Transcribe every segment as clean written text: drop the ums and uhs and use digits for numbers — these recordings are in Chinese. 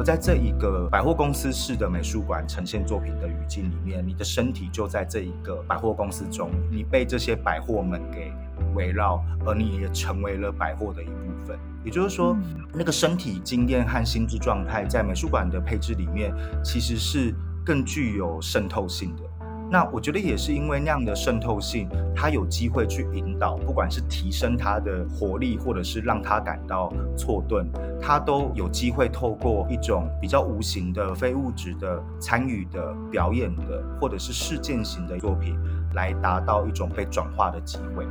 在这一个百货公司式的美术馆呈现作品的语境里面，你的身体就在这一个百货公司中，你被这些百货们给围绕，而你也成为了百货的一部分。也就是说，那个身体经验和心智状态在美术馆的配置里面其实是更具有渗透性的。那我觉得也是因为那样的渗透性，它有机会去引导，不管是提升它的活力，或者是让它感到错顿，它都有机会透过一种比较无形的非物质的参与的表演的，或者是事件型的作品，来达到一种被转化的机会。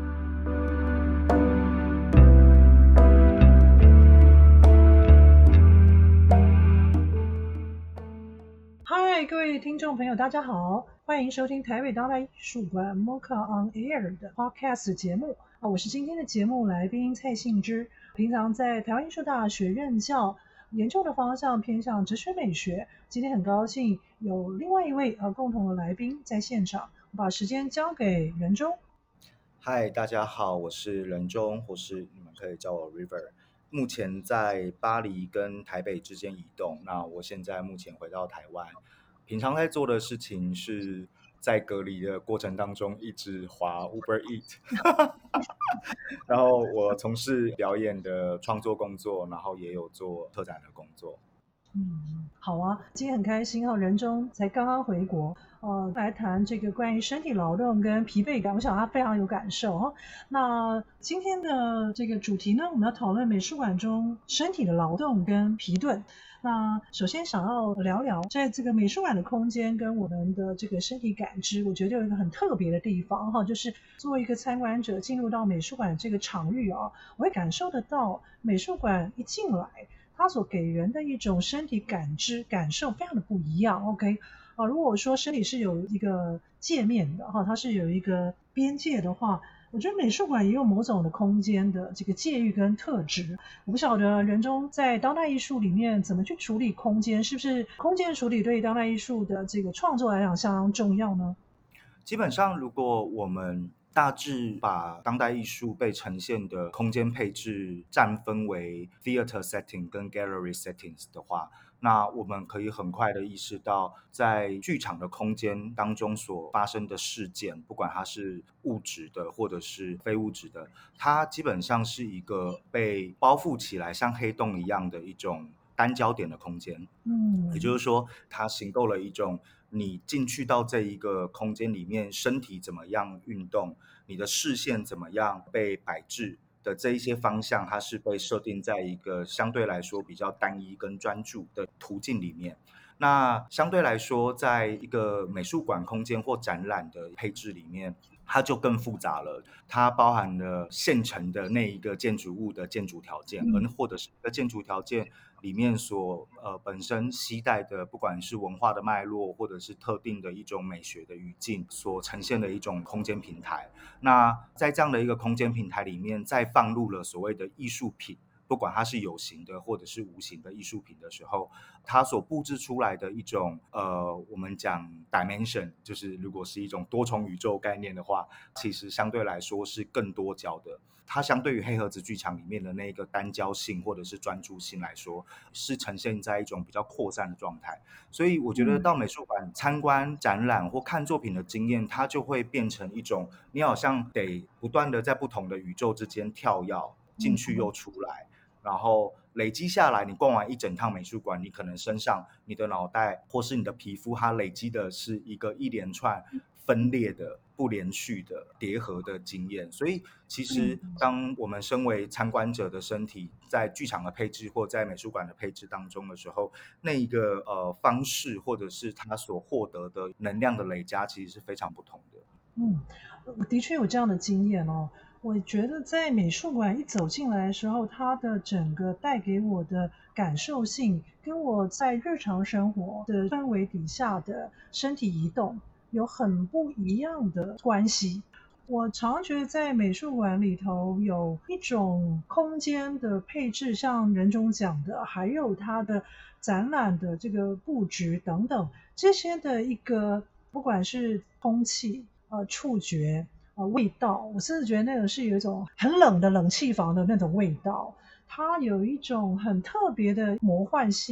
嗨，各位听众朋友，大家好，欢迎收听台北当代艺术馆 MoCA on Air 的 Podcast 节目我是今天的节目来宾蔡信之，平常在台湾艺术大学任教，研究的方向偏向哲学美学。今天很高兴有另外一位共同的来宾在现场，我把时间交给任中。 嗨，大家好，我是任中，或是你们可以叫我 River。目前在巴黎跟台北之间移动，那我现在目前回到台湾，平常在做的事情是在隔离的过程当中一直滑 Uber Eat 然后我从事表演的创作工作，然后也有做特展的工作。 好啊，今天很开心任中才刚刚回国，来谈这个关于身体劳动跟疲惫感，我想他非常有感受那今天的这个主题呢，我们要讨论美术馆中身体的劳动跟疲顿。那首先想要聊聊在这个美术馆的空间跟我们的这个身体感知，我觉得有一个很特别的地方就是作为一个参观者进入到美术馆这个场域我会感受得到美术馆一进来，它所给人的一种身体感知感受非常的不一样。 OK 如果说身体是有一个界面的它是有一个边界的话，我觉得美术馆也有某种的空间的这个界域跟特质。我不晓得任中在当代艺术里面怎么去处理空间，是不是空间处理对当代艺术的这个创作来讲相当重要呢？ 基本上如果我们大致把当代艺术被呈现的空间配置暂分为 theater setting 跟 gallery settings 的话，那我们可以很快的意识到，在剧场的空间当中所发生的事件，不管它是物质的或者是非物质的，它基本上是一个被包覆起来像黑洞一样的一种单焦点的空间。也就是说，它形构了一种你进去到这一个空间里面，身体怎么样运动，你的视线怎么样被摆置的这一些方向，它是被设定在一个相对来说比较单一跟专注的途径里面。那相对来说，在一个美术馆空间或展览的配置里面，它就更复杂了，它包含了现成的那一个建筑物的建筑条件，或者是一个建筑条件里面所本身携带的，不管是文化的脉络，或者是特定的一种美学的语境所呈现的一种空间平台。那在这样的一个空间平台里面，再放入了所谓的艺术品，不管它是有形的或者是无形的艺术品的时候，它所布置出来的一种我们讲 dimension， 就是如果是一种多重宇宙概念的话，其实相对来说是更多焦的。它相对于黑盒子剧场里面的那个单焦性或者是专注性来说，是呈现在一种比较扩散的状态。所以我觉得到美术馆参观展览或看作品的经验，它就会变成一种你好像得不断的在不同的宇宙之间跳跃，进去又出来，然后累积下来，你逛完一整趟美术馆，你可能身上你的脑袋或是你的皮肤，它累积的是一个一连串分裂的不连续的叠合的经验。所以其实当我们身为参观者的身体在剧场的配置或在美术馆的配置当中的时候，那一个方式或者是它所获得的能量的累加其实是非常不同的。 我的确有这样的经验我觉得在美术馆一走进来的时候，它的整个带给我的感受性，跟我在日常生活的氛围底下的身体移动有很不一样的关系。我常觉得在美术馆里头有一种空间的配置，像任中讲的，还有它的展览的这个布局等等，这些的一个不管是空气、触觉、味道，我甚至觉得那个是有一种很冷的冷气房的那种味道，它有一种很特别的魔幻性。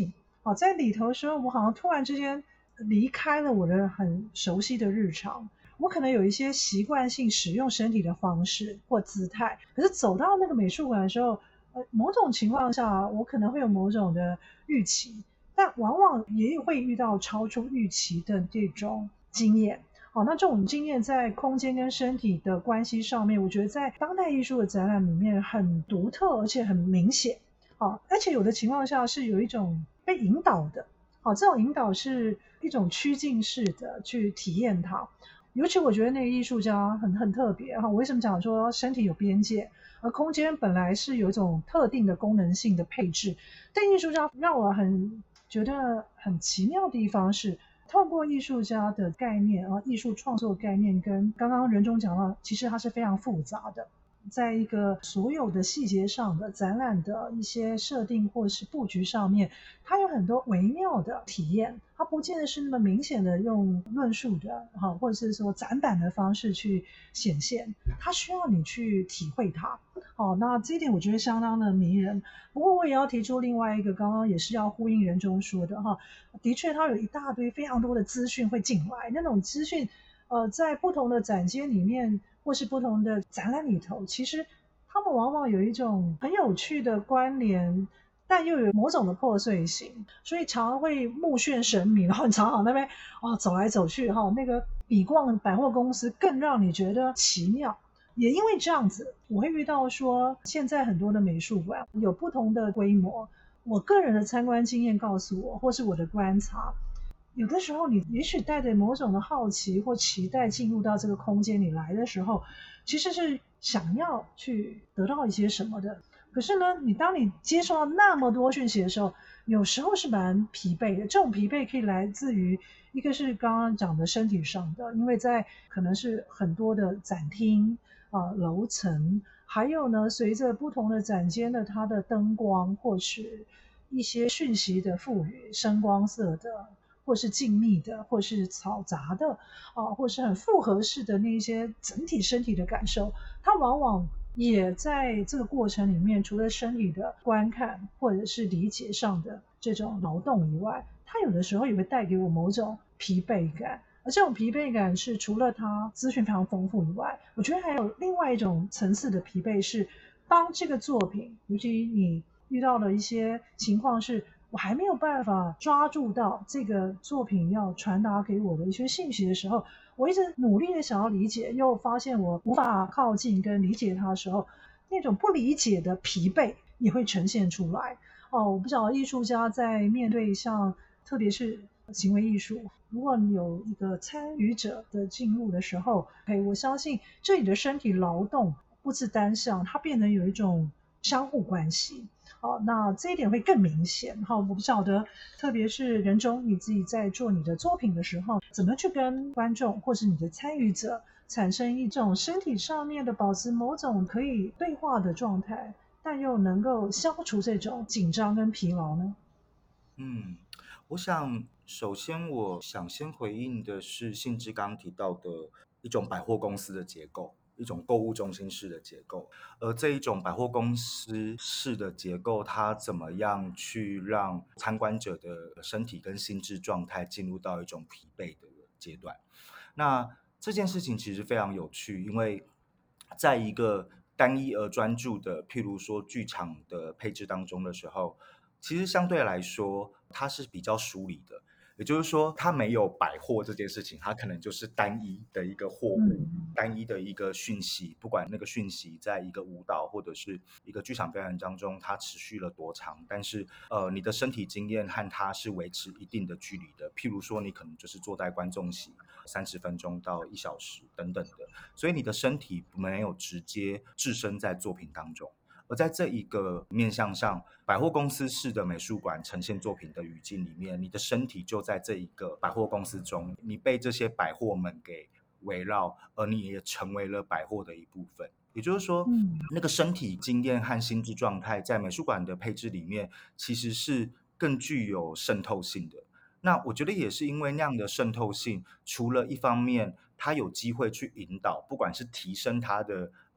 在里头的时候，我好像突然之间离开了我的很熟悉的日常。我可能有一些习惯性使用身体的方式或姿态，可是走到那个美术馆的时候，某种情况下我可能会有某种的预期，但往往也会遇到超出预期的这种经验。那这种经验在空间跟身体的关系上面，我觉得在当代艺术的展览里面很独特，而且很明显。而且有的情况下是有一种被引导的。这种引导是一种趋近式的去体验它。尤其我觉得那个艺术家很特别哈。我为什么讲说身体有边界，而空间本来是有一种特定的功能性的配置？但艺术家让我觉得很奇妙的地方是，透过艺术家的概念艺术创作概念跟刚刚任中讲到，其实它是非常复杂的。在一个所有的细节上的展览的一些设定或是布局上面，它有很多微妙的体验，它不见得是那么明显的用论述的或者是说展板的方式去显现，它需要你去体会它。那这一点我觉得相当的迷人。不过我也要提出另外一个，刚刚也是要呼应任中说的的确它有一大堆非常多的资讯会进来，那种资讯在不同的展间里面或是不同的展览里头，其实他们往往有一种很有趣的关联，但又有某种的破碎性，所以常常会目眩神迷，然后你常常那边走来走去那个比逛百货公司更让你觉得奇妙。也因为这样子，我会遇到说现在很多的美术馆有不同的规模，我个人的参观经验告诉我，或是我的观察，有的时候你也许带着某种的好奇或期待进入到这个空间里来的时候，其实是想要去得到一些什么的。可是呢，当你接受到那么多讯息的时候，有时候是蛮疲惫的。这种疲惫可以来自于一个是刚刚讲的身体上的，因为在可能是很多的展厅楼层，还有呢，随着不同的展间的它的灯光或是一些讯息的赋予，声光色的，或是静谧的，或是嘈杂的或是很复合式的那一些整体身体的感受，它往往也在这个过程里面，除了身体的观看或者是理解上的这种劳动以外，它有的时候也会带给我某种疲惫感。而这种疲惫感是除了它资讯非常丰富以外，我觉得还有另外一种层次的疲惫是，当这个作品，尤其你遇到了一些情况是我还没有办法抓住到这个作品要传达给我的一些信息的时候，我一直努力的想要理解，又发现我无法靠近跟理解它的时候，那种不理解的疲惫也会呈现出来。我不晓得艺术家在面对像特别是行为艺术，如果你有一个参与者的进入的时候，我相信这里的身体劳动不是单向，它变得有一种相互关系。那这一点会更明显。我不晓得，特别是任中你自己在做你的作品的时候，怎么去跟观众或是你的参与者产生一种身体上面的保持某种可以对话的状态，但又能够消除这种紧张跟疲劳呢？ 嗯，我想首先我想先回应的是信之刚提到的一种百货公司的结构，一种购物中心式的结构。而这一种百货公司式的结构，它怎么样去让参观者的身体跟心智状态进入到一种疲惫的阶段？那这件事情其实非常有趣，因为在一个单一而专注的，譬如说剧场的配置当中的时候，其实相对来说它是比较疏离的。也就是说，它没有百货这件事情，它可能就是单一的一个货物， 嗯单一的一个讯息，不管那个讯息在一个舞蹈或者是一个剧场表演当中，它持续了多长，但是你的身体经验和它是维持一定的距离的。譬如说，你可能就是坐在观众席30分钟到1小时等等的，所以你的身体没有直接置身在作品当中。而在这一个面向上，百货公司式的美术馆呈现作品的语境里面，你的身体就在这一个百货公司中，你被这些百货们给围绕，而你也成为了百货的一部分。也就是说， 嗯那个身体经验和心智状态在美术馆的配置里面，其实是更具有渗透性的。那我觉得也是因为那样的渗透性，除了一方面它有机会去引导，不管是提升它的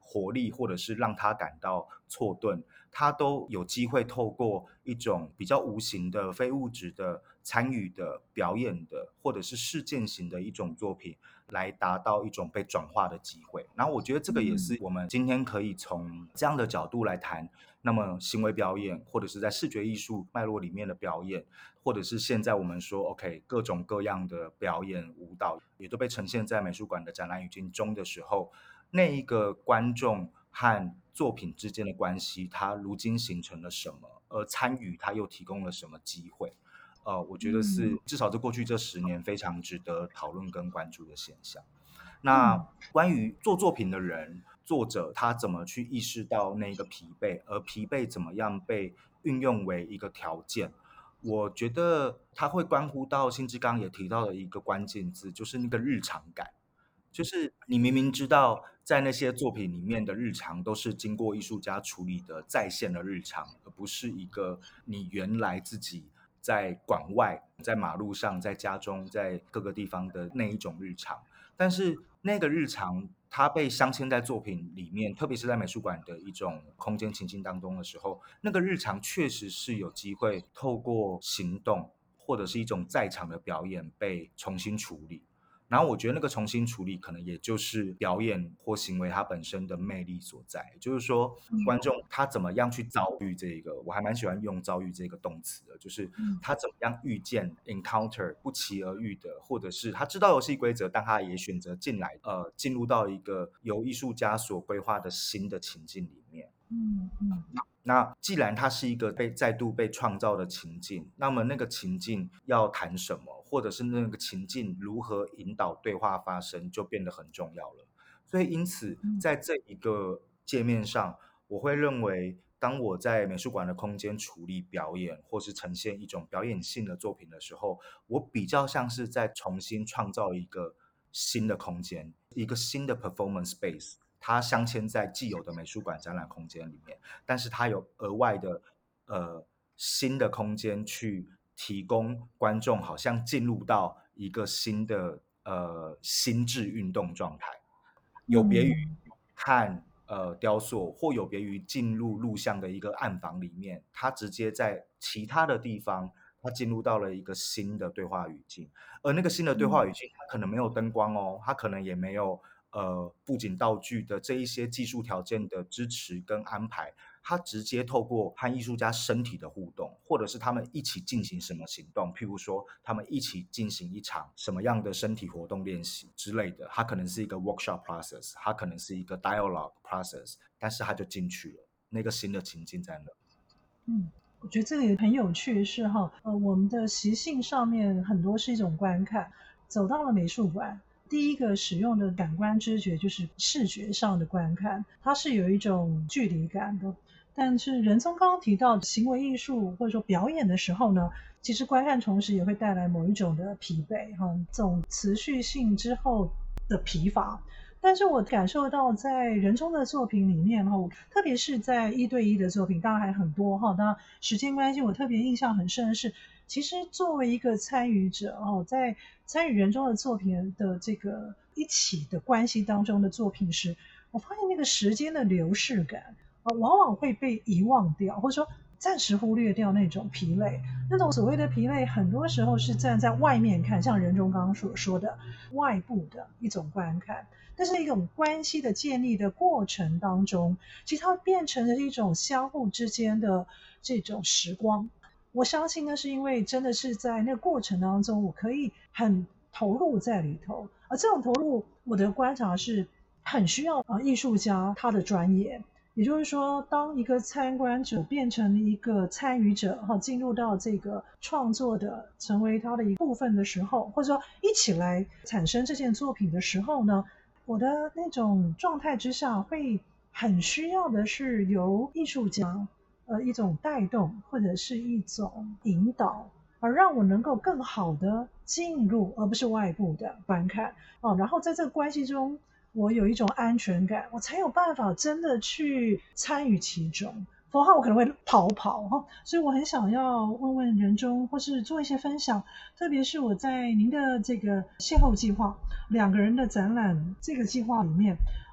活力，或者是让他感到错顿，他都有机会透过一种比较无形的非物质的参与的表演的或者是事件型的一种作品来达到一种被转化的机会。然后我觉得这个也是我们今天可以从这样的角度来谈，那么行为表演或者是在视觉艺术脉络里面的表演，或者是现在我们说 OK 各种各样的表演舞蹈也都被呈现在美术馆的展览语境中的时候，那一个观众和作品之间的关系它如今形成了什么，而参与它又提供了什么机会。我觉得是至少在过去这10年非常值得讨论跟关注的现象。那关于做作品的人，作者他怎么去意识到那个疲惫，而疲惫怎么样被运用为一个条件，我觉得它会关乎到新之刚刚也提到的一个关键字，就是那个日常感。就是你明明知道在那些作品里面的日常都是经过艺术家处理的再现的日常，而不是一个你原来自己在馆外、在马路上、在家中、在各个地方的那一种日常。但是那个日常它被镶嵌在作品里面，特别是在美术馆的一种空间情境当中的时候，那个日常确实是有机会透过行动或者是一种在场的表演被重新处理。然后我觉得那个重新处理可能也就是表演或行为它本身的魅力所在，就是说观众他怎么样去遭遇这个，我还蛮喜欢用遭遇这个动词的，就是他怎么样遇见 encounter 不期而遇的，或者是他知道游戏规则，但他也选择进入到一个由艺术家所规划的新的情境里面。那既然它是一个再度被创造的情境，那么那个情境要谈什么，或者是那个情境如何引导对话发生，就变得很重要了。所以因此在这一个界面上，我会认为当我在美术馆的空间处理表演或是呈现一种表演性的作品的时候，我比较像是在重新创造一个新的空间，一个新的 performance space，它镶嵌在既有的美术馆展览空间里面，但是它有额外的新的空间去提供观众好像进入到一个新的心智运动状态，有别于看雕塑，或有别于进入录像的一个暗房里面，它直接在其他的地方它进入到了一个新的对话语境，而那个新的对话语境它可能没有灯光哦，它可能也没有布景道具的这一些技术条件的支持跟安排，它直接透过和艺术家身体的互动，或者是他们一起进行什么行动，譬如说他们一起进行一场什么样的身体活动练习之类的，它可能是一个 workshop process， 它可能是一个 dialogue process， 但是它就进去了，那个新的情境在那。 我觉得这个也很有趣是哈，我们的习性上面很多是一种观看，走到了美术馆，第一个使用的感官知觉就是视觉上的观看，它是有一种距离感的。但是仁宗刚刚提到行为艺术或者说表演的时候呢，其实观看同时也会带来某一种的疲惫哈，这种持续性之后的疲乏。但是我感受到在仁宗的作品里面哈，特别是在1对1的作品，当然还很多哈。那时间关系，我特别印象很深的是，其实作为一个参与者哦，在参与仁宗的作品的这个一起的关系当中的作品时，我发现那个时间的流逝感，往往会被遗忘掉，或者说暂时忽略掉那种疲累。那种所谓的疲累，很多时候是站在外面看，像仁宗刚刚所说的外部的一种观看。但是一种关系的建立的过程当中，其实它变成了一种相互之间的这种时光。我相信呢，是因为真的是在那个过程当中，我可以很投入在里头，而这种投入，我的观察是很需要艺术家他的专业。也就是说，当一个参观者变成一个参与者，进入到这个创作的成为他的一部分的时候，或者说一起来产生这件作品的时候呢，我的那种状态之下，会很需要的是由艺术家一种带动或者是一种引导，而让我能够更好的进入，而不是外部的观看然后在这个关系中，我有一种安全感，我才有办法真的去参与其中。否则我可能会跑所以我很想要问问仁宗，或是做一些分享，特别是我在您的这个邂逅计划2个人的展览这个计划里面，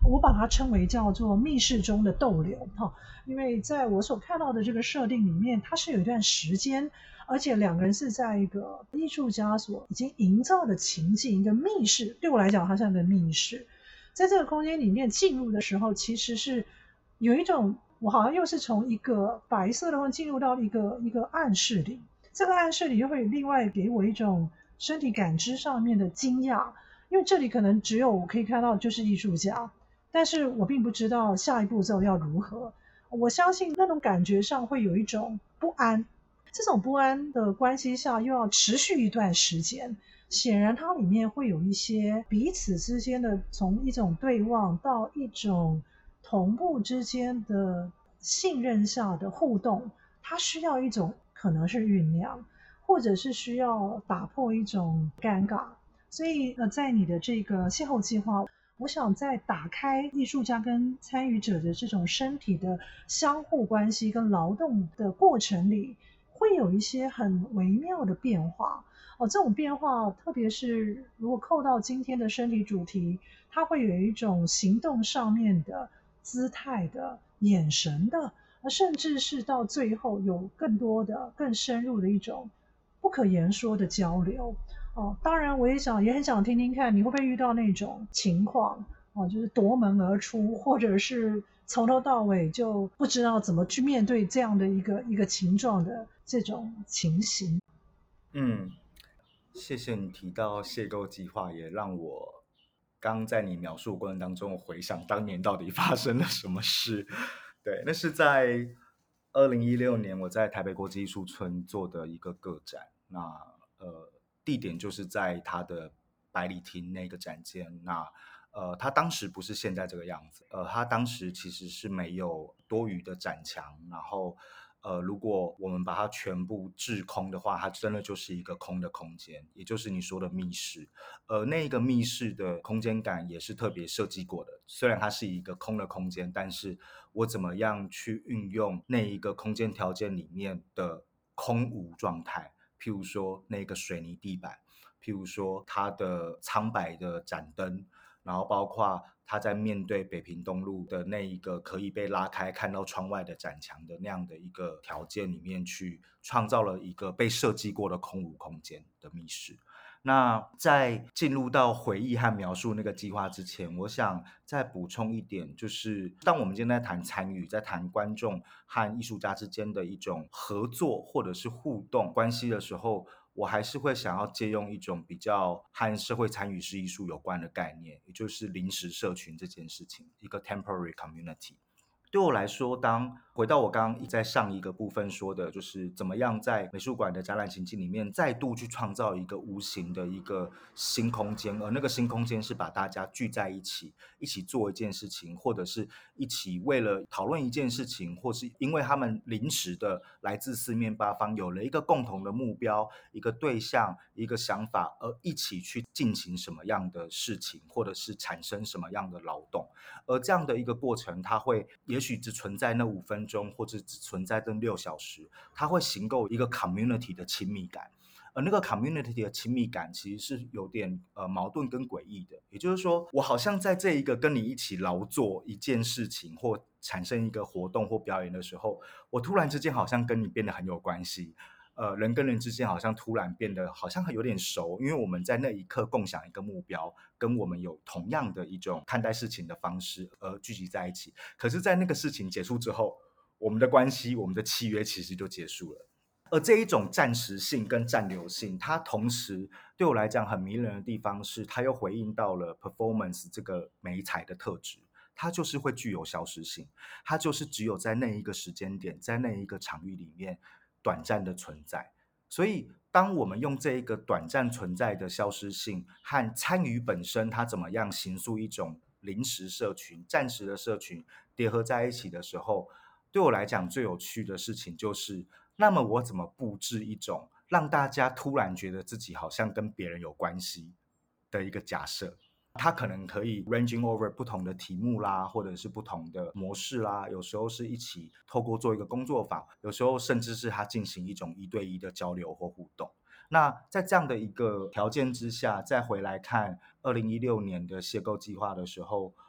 我把它称为叫做密室中的逗留哈，因为在我所看到的这个设定里面，它是有一段时间，而且两个人是在一个艺术家所已经营造的情境，一个密室，对我来讲它像个密室，在这个空间里面进入的时候，其实是有一种我好像又是从一个白色的进入到一个暗室里，这个暗室里又会另外给我一种身体感知上面的惊讶，因为这里可能只有我可以看到就是艺术家，但是我并不知道下一步骤要如何。我相信那种感觉上会有一种不安，这种不安的关系下又要持续一段时间，显然它里面会有一些彼此之间的从一种对望到一种同步之间的信任下的互动，它需要一种可能是酝酿，或者是需要打破一种尴尬。所以在你的这个邂逅计划，我想在打开艺术家跟参与者的这种身体的相互关系跟劳动的过程里，会有一些很微妙的变化。这种变化，特别是如果扣到今天的身体主题，它会有一种行动上面的姿态的、眼神的，甚至是到最后有更多的、更深入的一种不可言说的交流。当然我也很想听听看你会不会遇到那种情况，就是夺门而出，或者是从头到尾就不知道怎么去面对这样的一个情状的这种情形。 嗯，谢谢你提到邂逅计划，也让我刚在你描述过程当中回想当年到底发生了什么事。对，那是在2016年我在台北国际艺术村做的一个个展，那地点就是在它的百里厅那个展间。那它当时不是现在这个样子，它当时其实是没有多余的展墙，然后如果我们把它全部制空的话，它真的就是一个空的空间，也就是你说的密室。那个密室的空间感也是特别设计过的，虽然它是一个空的空间，但是我怎么样去运用那一个空间条件里面的空无状态，譬如说那个水泥地板，譬如说它的苍白的展灯，然后包括他在面对北平东路的那一个可以被拉开看到窗外的展墙的那样的一个条件里面去创造了一个被设计过的空无空间的密室。那在进入到回忆和描述那个计划之前，我想再补充一点，就是当我们今天在谈参与，在谈观众和艺术家之间的一种合作或者是互动关系的时候，我还是会想要借用一种比较和社会参与式艺术有关的概念，也就是临时社群这件事情，一个 temporary community。对我来说，当回到我刚刚在上一个部分说的，就是怎么样在美术馆的展览情境里面再度去创造一个无形的一个新空间，而那个新空间是把大家聚在一起，一起做一件事情，或者是一起为了讨论一件事情，或是因为他们临时的来自四面八方，有了一个共同的目标、一个对象、一个想法，而一起去进行什么样的事情，或者是产生什么样的劳动。而这样的一个过程，它会也许只存在那5分钟，或者只存在这6小时，它会形构一个 community 的亲密感。而那个 community 的亲密感其实是有点矛盾跟诡异的，也就是说，我好像在这一个跟你一起劳作一件事情或产生一个活动或表演的时候，我突然之间好像跟你变得很有关系。人跟人之间好像突然变得好像有点熟，因为我们在那一刻共享一个目标，跟我们有同样的一种看待事情的方式而聚集在一起。可是在那个事情结束之后，我们的关系，我们的契约其实就结束了。而这一种暂时性跟暂留性，它同时对我来讲很迷人的地方是，它又回应到了 performance 这个媒材的特质，它就是会具有消失性，它就是只有在那一个时间点，在那一个场域里面短暂的存在。所以当我们用这一个短暂存在的消失性和参与本身它怎么样形塑一种临时社群、暂时的社群叠合在一起的时候，对我来讲最有趣的事情就是，那么我怎么布置一种让大家突然觉得自己好像跟别人有关系的一个假设。它可能可以 ranging over 不同的题目啦，或者是不同的模式啦，有时候是一起透过做一个工作坊，有时候甚至是它进行一种1对1的交流或互动。那在这样的一个条件之下，再回来看2016年的邂逅计划的时候，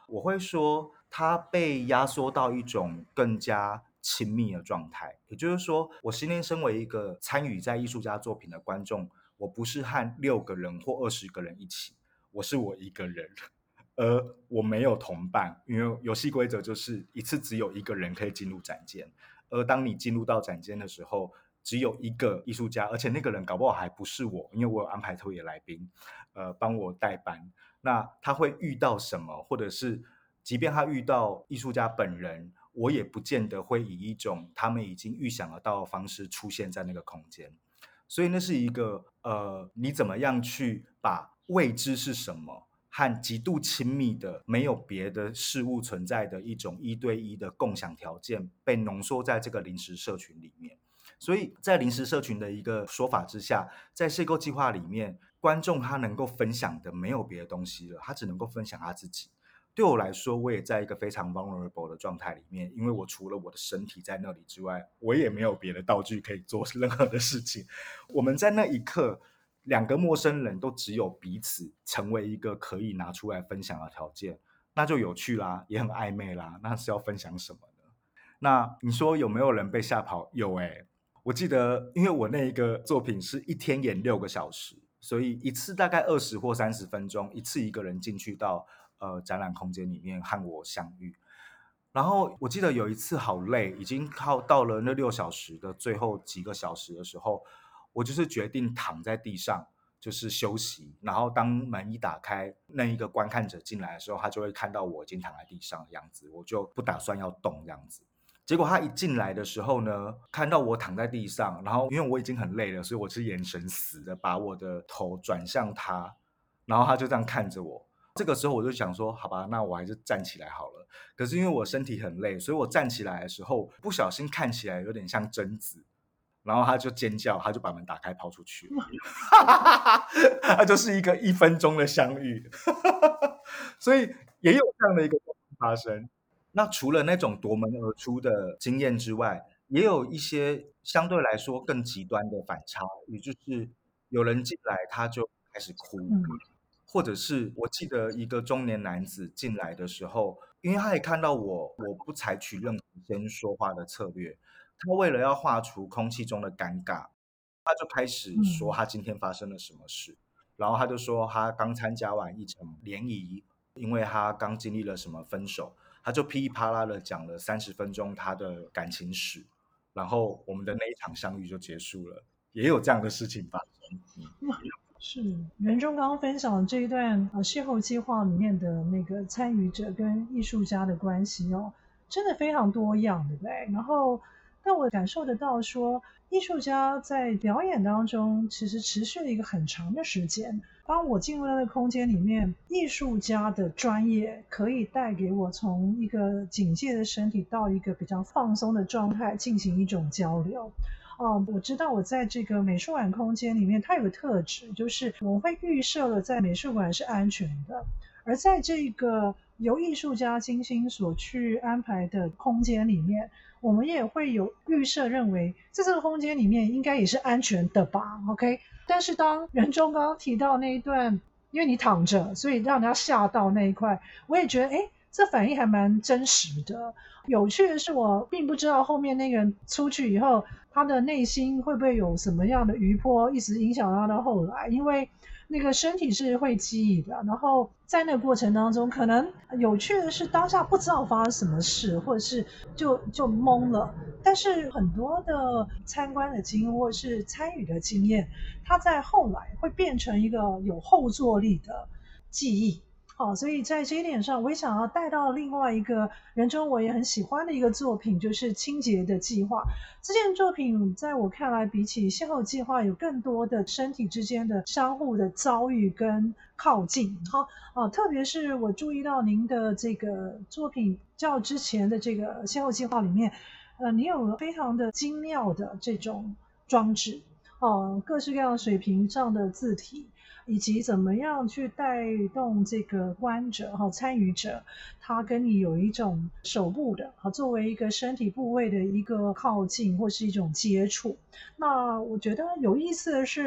我会说它被压缩到一种更加亲密的状态。也就是说，我今天身为一个参与在艺术家作品的观众，我不是和6个人或20个人一起，我是我一个人。而我没有同伴，因为游戏规则就是一次只有一个人可以进入展间，而当你进入到展间的时候，只有一个艺术家，而且那个人搞不好还不是我，因为我有安排特别来宾，帮我代班。那他会遇到什么，或者是即便他遇到艺术家本人，我也不见得会以一种他们已经预想得到的方式出现在那个空间。所以那是一个你怎么样去把未知是什么和极度亲密的没有别的事物存在的一种1对1的共享条件被浓缩在这个临时社群里面。所以在临时社群的一个说法之下，在邂逅计划里面，观众他能够分享的没有别的东西了，他只能够分享他自己。对我来说，我也在一个非常 vulnerable 的状态里面，因为我除了我的身体在那里之外，我也没有别的道具可以做任何的事情。我们在那一刻，2个陌生人都只有彼此成为一个可以拿出来分享的条件，那就有趣啦，也很暧昧啦，那是要分享什么呢？那你说有没有人被吓跑？有我记得，因为我那一个作品是一天演6个小时，所以一次大概20或30分钟，一次一个人进去到展览空间里面和我相遇。然后我记得有一次好累，已经到了那6小时的最后几个小时的时候，我就是决定躺在地上，就是休息。然后当门一打开，那一个观看者进来的时候，他就会看到我已经躺在地上的样子，我就不打算要动这样子。结果他一进来的时候呢，看到我躺在地上，然后因为我已经很累了，所以我是眼神死的把我的头转向他，然后他就这样看着我。这个时候我就想说，好吧，那我还是站起来好了。可是因为我身体很累，所以我站起来的时候不小心看起来有点像贞子，然后他就尖叫，他就把门打开跑出去了。他就是一个1分钟的相遇。所以也有这样的一个发生。那除了那种夺门而出的经验之外，也有一些相对来说更极端的反差，也就是有人进来他就开始哭，或者是我记得一个中年男子进来的时候，因为他也看到我不采取任何先说话的策略，他为了要画除空气中的尴尬，他就开始说他今天发生了什么事，然后他就说他刚参加完一场联谊，因为他刚经历了什么分手，他就噼里啪啦的讲了30分钟他的感情史，然后我们的那一场相遇就结束了，也有这样的事情发生。 是袁中刚刚分享的这一段邂逅计划里面的那个参与者跟艺术家的关系哦，真的非常多样，对不对？然后，但我感受得到说，艺术家在表演当中其实持续了一个很长的时间。当我进入那个空间里面，艺术家的专业可以带给我从一个警戒的身体到一个比较放松的状态进行一种交流。我知道我在这个美术馆空间里面，它有个特质，就是我会预设了在美术馆是安全的，而在这个由艺术家精心所去安排的空间里面，我们也会有预设认为，在这个空间里面应该也是安全的吧 ？OK？但是当任中刚刚提到那一段，因为你躺着，所以让人家吓到那一块，我也觉得，哎，这反应还蛮真实的。有趣的是，我并不知道后面那个人出去以后，他的内心会不会有什么样的余波，一直影响到后来，因为那个身体是会记忆的，然后在那个过程当中，可能有趣的是当下不知道发生什么事，或者是就懵了。但是很多的参观的经验或是参与的经验，它在后来会变成一个有后坐力的记忆。好，所以在这一点上，我也想要带到另外一个人中我也很喜欢的一个作品，就是清洁的计划。这件作品在我看来，比起邂逅计划，有更多的身体之间的相互的遭遇跟靠近。好，特别是我注意到您的这个作品较之前的这个邂逅计划里面，你有非常的精妙的这种装置，各式各样水平上的字体。以及怎么样去带动这个观者参与者，他跟你有一种手部的作为一个身体部位的一个靠近或是一种接触。那我觉得有意思的是，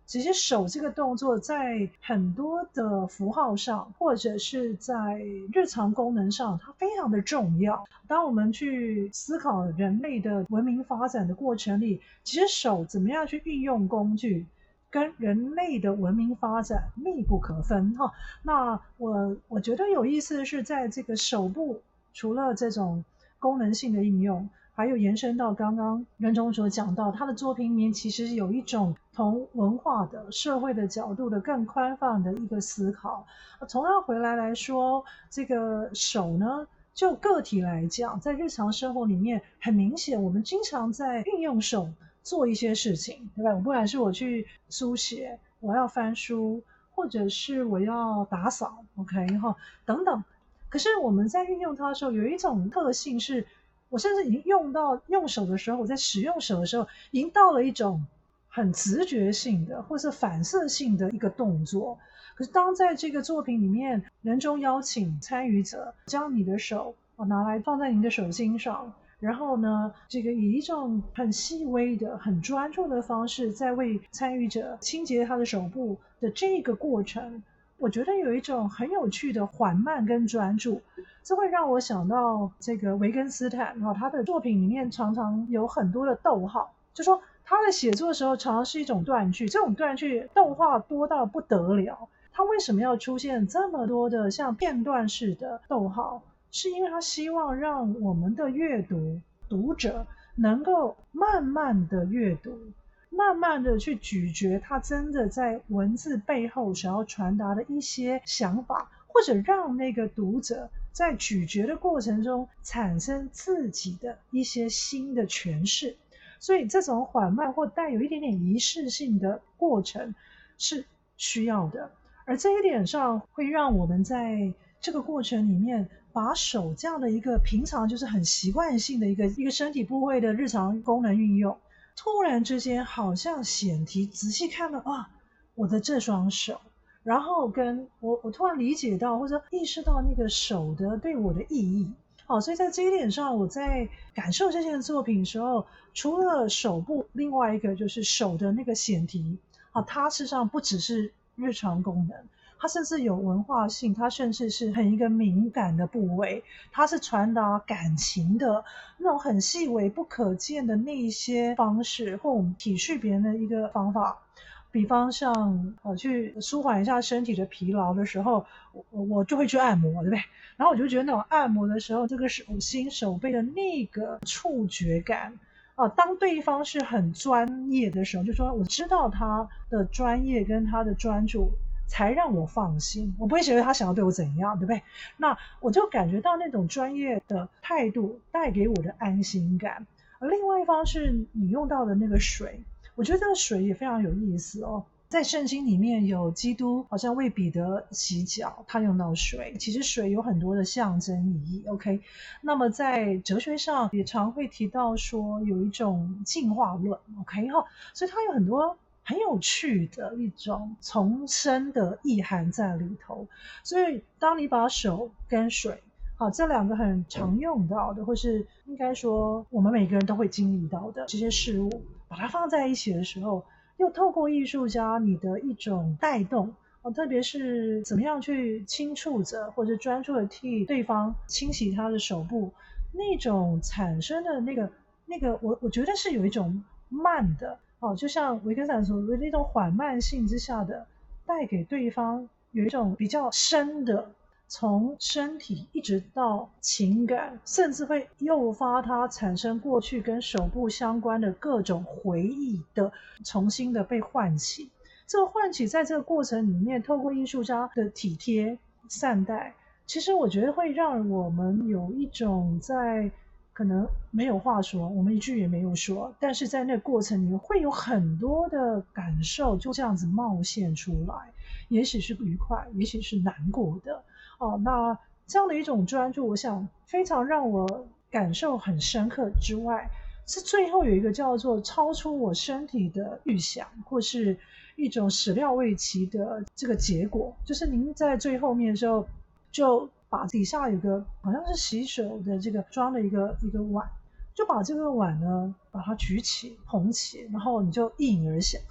其实手这个动作在很多的符号上，或者是在日常功能上，它非常的重要。当我们去思考人类的文明发展的过程里，其实手怎么样去运用工具，跟人类的文明发展密不可分哈。那我觉得有意思的是，在这个手部，除了这种功能性的应用，还有延伸到刚刚任中所讲到，他的作品里面其实有一种从文化的、社会的角度的更宽泛的一个思考。从他回来说，这个手呢，就个体来讲，在日常生活里面，很明显我们经常在运用手做一些事情，对吧？不管是我去书写，我要翻书，或者是我要打扫 ，OK 哈，等等。可是我们在运用它的时候，有一种特性是，我甚至已经用手的时候，我在使用手的时候，已经到了一种很直觉性的或是反射性的一个动作。可是当在这个作品里面，人中邀请参与者将你的手拿来放在你的手心上，然后呢，这个以一种很细微的、很专注的方式，在为参与者清洁他的手部的这个过程，我觉得有一种很有趣的缓慢跟专注。这会让我想到这个维根斯坦他的作品里面常常有很多的逗号，就说他的写作的时候常常是一种断句，这种断句逗号多到不得了。他为什么要出现这么多的像片段式的逗号？是因为他希望让我们的读者能够慢慢的阅读，慢慢的去咀嚼他真的在文字背后想要传达的一些想法，或者让那个读者在咀嚼的过程中产生自己的一些新的诠释。所以这种缓慢或带有一点点仪式性的过程是需要的，而这一点上会让我们在这个过程里面把手这样的一个平常就是很习惯性的一个身体部位的日常功能运用，突然之间好像显提仔细看了我的这双手，然后跟我突然理解到或者意识到那个手的对我的意义。所以在这一点上，我在感受这件作品的时候，除了手部，另外一个就是手的那个显提它事实上不只是日常功能，它甚至有文化性，它甚至是很一个敏感的部位，它是传达感情的那种很细微不可见的那一些方式，或我们体恤别人的一个方法。比方像去舒缓一下身体的疲劳的时候，我就会去按摩，对不对？然后我就觉得那种按摩的时候，这个手心手背的那个触觉感当对方是很专业的时候，就说我知道他的专业跟他的专注才让我放心，我不会觉得他想要对我怎样，对不对？那我就感觉到那种专业的态度带给我的安心感。而另外一方是你用到的那个水，我觉得这个水也非常有意思在圣经里面有基督好像为彼得洗脚，他用到水，其实水有很多的象征意义 OK。 那么在哲学上也常会提到说有一种进化论 OK 所以它有很多很有趣的一种重生的意涵在里头。所以当你把手跟水这两个很常用到的，或是应该说我们每个人都会经历到的这些事物，把它放在一起的时候，又透过艺术家你的一种带动特别是怎么样去轻触着或者专注的替对方清洗他的手部，那种产生的那个我觉得是有一种慢的就像维根斯坦所谓的那种缓慢性之下的带给对方有一种比较深的，从身体一直到情感，甚至会诱发他产生过去跟手部相关的各种回忆的重新的被唤起。这个唤起在这个过程里面，透过艺术家的体贴善待，其实我觉得会让我们有一种在可能没有话说，我们一句也没有说，但是在那个过程里面会有很多的感受就这样子冒现出来，也许是愉快，也许是难过的那这样的一种专注，我想非常让我感受很深刻之外，是最后有一个叫做超出我身体的预想，或是一种始料未及的这个结果，就是您在最后面的时候就把底下有个好像是洗手的这个装的一个碗，就把这个碗呢把它举起捧起，然后你就一饮而下，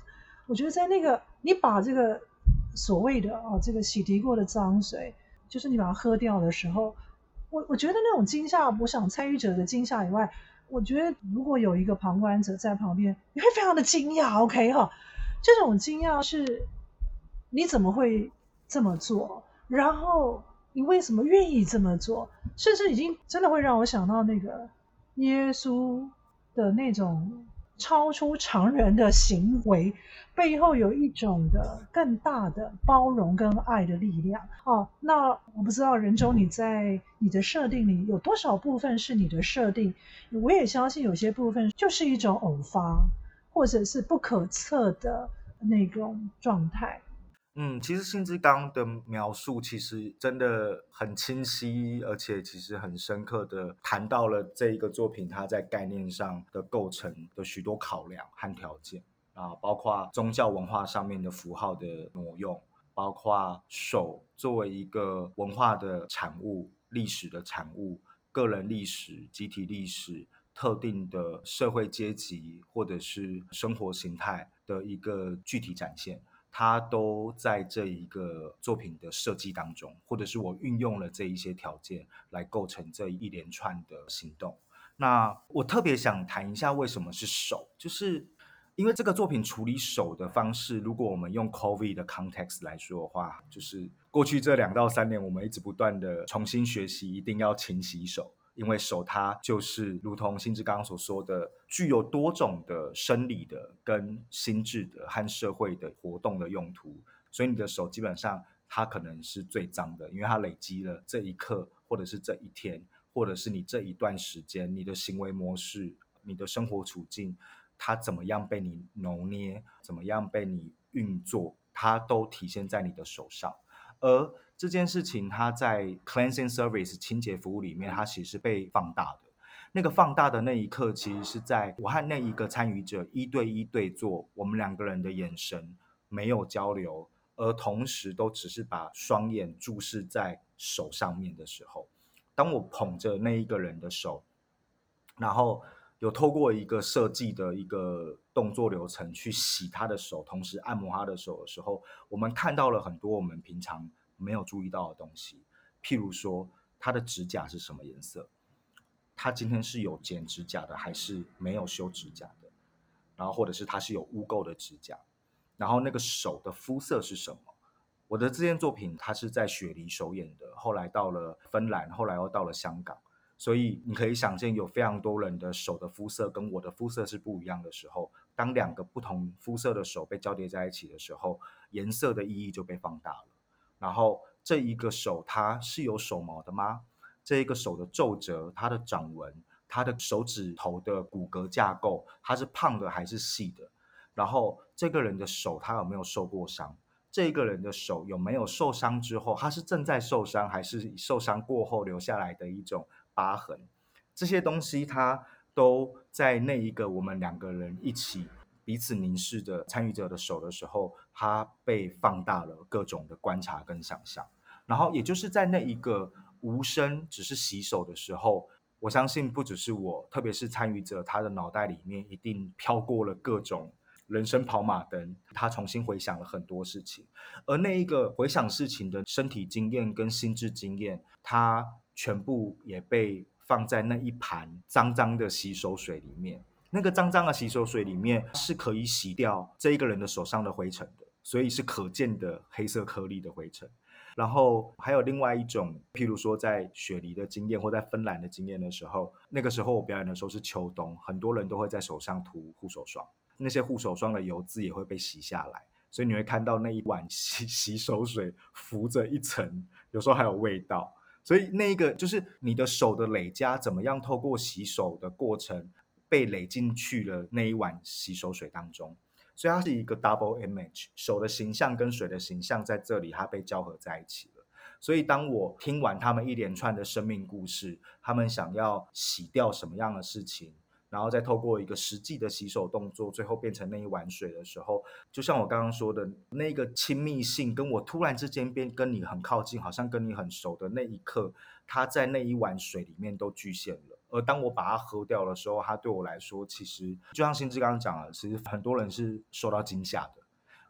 我觉得在那个你把这个所谓的这个洗涤过的脏水，就是你把它喝掉的时候，我觉得那种惊吓，我想参与者的惊吓以外，我觉得如果有一个旁观者在旁边，你会非常的惊讶，OK 哈，这种惊讶是你怎么会这么做，然后你为什么愿意这么做，甚至已经真的会让我想到那个耶稣的那种超出常人的行为，背后有一种的更大的包容跟爱的力量那我不知道仁中你在你的设定里有多少部分是你的设定，我也相信有些部分就是一种偶发或者是不可测的那种状态。 其实辛志刚的描述其实真的很清晰，而且其实很深刻的谈到了这一个作品它在概念上的构成的许多考量和条件包括宗教文化上面的符号的挪用，包括手作为一个文化的产物、历史的产物、个人历史、集体历史、特定的社会阶级或者是生活形态的一个具体展现。它都在这一个作品的设计当中，或者是我运用了这一些条件来构成这一连串的行动。那我特别想谈一下为什么是手，就是因为这个作品处理手的方式，如果我们用 COVID 的 context 来说的话，就是过去这2到3年，我们一直不断的重新学习，一定要勤洗手。因为手它就是如同辛志刚刚所说的，具有多种的生理的、跟心智的和社会的活动的用途，所以你的手基本上它可能是最脏的，因为它累积了这一刻，或者是这一天，或者是你这一段时间，你的行为模式、你的生活处境，它怎么样被你揉捏，怎么样被你运作，它都体现在你的手上。而这件事情，它在 cleansing service 清洁服务里面，它其实是被放大的。那个放大的那一刻，其实是在我和那一个参与者1对1对坐，我们2个人的眼神没有交流，而同时都只是把双眼注视在手上面的时候，当我捧着那一个人的手，然后有透过一个设计的一个动作流程去洗他的手，同时按摩他的手的时候，我们看到了很多我们平常没有注意到的东西。譬如说，他的指甲是什么颜色？他今天是有剪指甲的，还是没有修指甲的？然后或者是他是有污垢的指甲？然后那个手的肤色是什么？我的这件作品，它是在雪梨首演的，后来到了芬兰，后来又到了香港。所以你可以想见，有非常多人的手的肤色跟我的肤色是不一样的时候，当2个不同肤色的手被交叠在一起的时候，颜色的意义就被放大了。然后这一个手它是有手毛的吗？这一个手的皱褶、它的掌纹、它的手指头的骨骼架构，它是胖的还是细的？然后这个人的手他有没有受过伤？这个人的手有没有受伤之后，他是正在受伤，还是受伤过后留下来的一种疤痕？这些东西它都在那一个我们2个人一起彼此凝视的参与者的手的时候，它被放大了各种的观察跟想象。然后也就是在那一个无声只是洗手的时候，我相信不只是我，特别是参与者，他的脑袋里面一定飘过了各种人生跑马灯，他重新回想了很多事情。而那一个回想事情的身体经验跟心智经验，他全部也被放在那一盘脏脏的洗手水里面。那个脏脏的洗手水里面是可以洗掉这一个人的手上的灰尘的，所以是可见的黑色颗粒的灰尘。然后还有另外一种，譬如说在雪梨的经验或在芬兰的经验的时候，那个时候我表演的时候是秋冬，很多人都会在手上涂护手霜，那些护手霜的油渍也会被洗下来，所以你会看到那一碗洗手水浮着一层，有时候还有味道。所以那个就是你的手的累加，怎么样透过洗手的过程被累进去了那一碗洗手水当中。所以它是一个 double image， 手的形象跟水的形象在这里它被交合在一起了。所以当我听完他们一连串的生命故事，他们想要洗掉什么样的事情，然后再透过一个实际的洗手动作，最后变成那一碗水的时候，就像我刚刚说的那个亲密性，跟我突然之间变跟你很靠近，好像跟你很熟的那一刻，它在那一碗水里面都具现了。而当我把它喝掉的时候，它对我来说，其实就像新志刚刚讲了，其实很多人是受到惊吓的，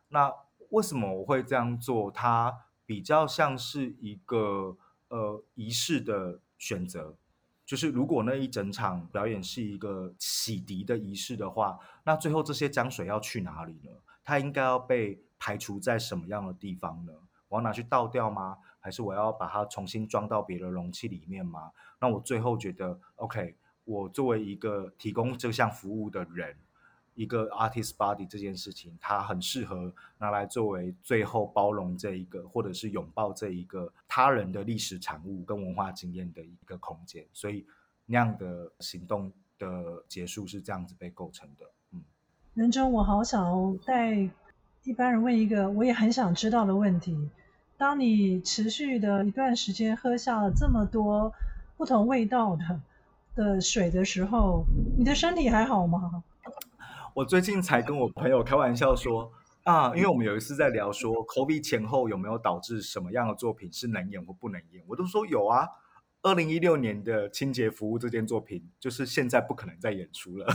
那为什么我会这样做？它比较像是一个仪式的选择，就是如果那一整场表演是一个洗涤的仪式的话，那最后这些浆水要去哪里呢？它应该要被排除在什么样的地方呢？我要拿去倒掉吗？还是我要把它重新装到别的容器里面吗？那我最后觉得 OK，我作为一个提供这项服务的人，一个 artist body 这件事情，它很适合拿来作为最后包容这一个，或者是拥抱这一个他人的历史产物跟文化经验的一个空间。所以那样的行动的结束是这样子被构成的。 人中，我好想带一般人问一个我也很想知道的问题：当你持续的一段时间喝下了这么多不同味道的水的时候，你的身体还好吗？ 我最近才跟我朋友开玩笑说啊，因为我们有一次在聊说 COVID 前后有没有导致什么样的作品是能演或不能演，我都说有啊。2016年的清洁服务这件作品，就是现在不可能再演出了，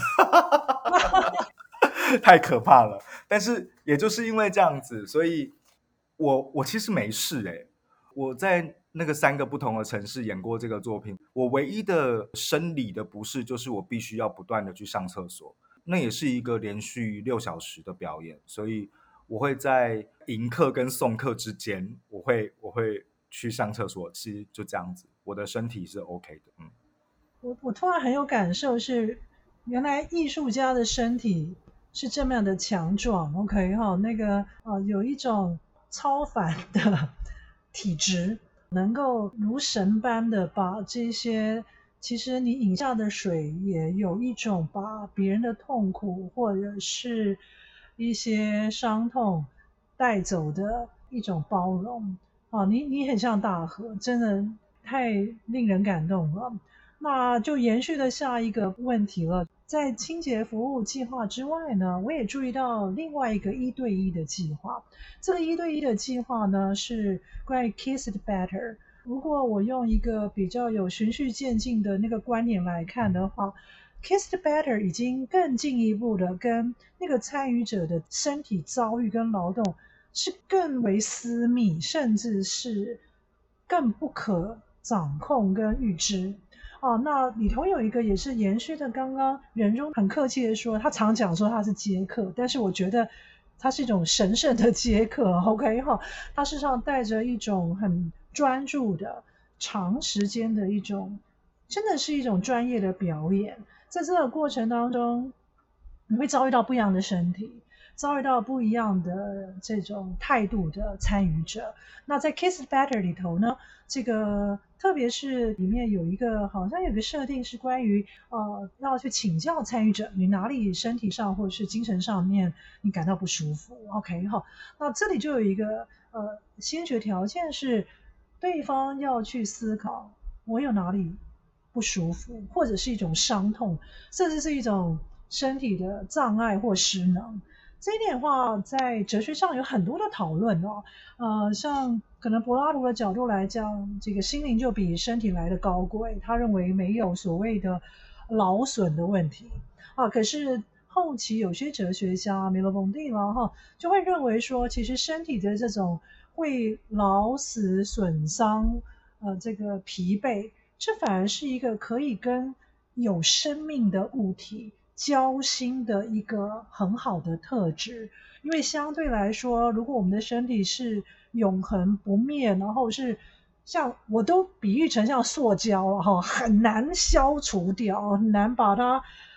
太可怕了。但是也就是因为这样子，所以我其实没事我在那个3个不同的城市演过这个作品，我唯一的生理的不适就是我必须要不断的去上厕所。那也是一个连续6小时的表演，所以我会在迎客跟送客之间，我会去上厕所，其实就这样子，我的身体是 OK 的。 我突然很有感受是，原来艺术家的身体是这么样的强壮，OK 哈，那个有一种超凡的体质，能够如神般的把这些，其实你饮下的水也有一种把别人的痛苦或者是一些伤痛带走的一种包容啊，你很像大河，真的太令人感动了。那就延续的下一个问题了，在清洁服务计划之外呢，我也注意到另外一个1:1的计划。这个1:1的计划呢，是关于 Kiss It Better。如果我用一个比较有循序渐进的那个观念来看的话，Kiss It Better 已经更进一步的跟那个参与者的身体遭遇跟劳动是更为私密，甚至是更不可掌控跟预知。那里头有一个也是延续的，刚刚任中很客气的说，他常讲说他是接客，但是我觉得他是一种神圣的接客，OK 哈，他事实上带着一种很专注的、长时间的一种，真的是一种专业的表演。在这个过程当中，你会遭遇到不一样的身体，遭遇到不一样的这种态度的参与者。那在 Kiss Better 里头呢，这个特别是里面有一个好像有个设定是关于要去请教参与者，你哪里身体上或者是精神上面你感到不舒服 ，OK 哈？那这里就有一个先决条件是对方要去思考我有哪里不舒服，或者是一种伤痛，甚至是一种身体的障碍或失能。这一点的话，在哲学上有很多的讨论哦。像可能柏拉图的角度来讲，这个心灵就比身体来的高贵，他认为没有所谓的劳损的问题啊。可是后期有些哲学家，梅洛庞蒂啦哈，就会认为说，其实身体的这种会劳死损伤，这个疲惫，这反而是一个可以跟有生命的物体交心的一个很好的特质。因为相对来说，如果我们的身体是永恒不灭，然后是像我都比喻成像塑胶了哈，很难消除掉，很难把它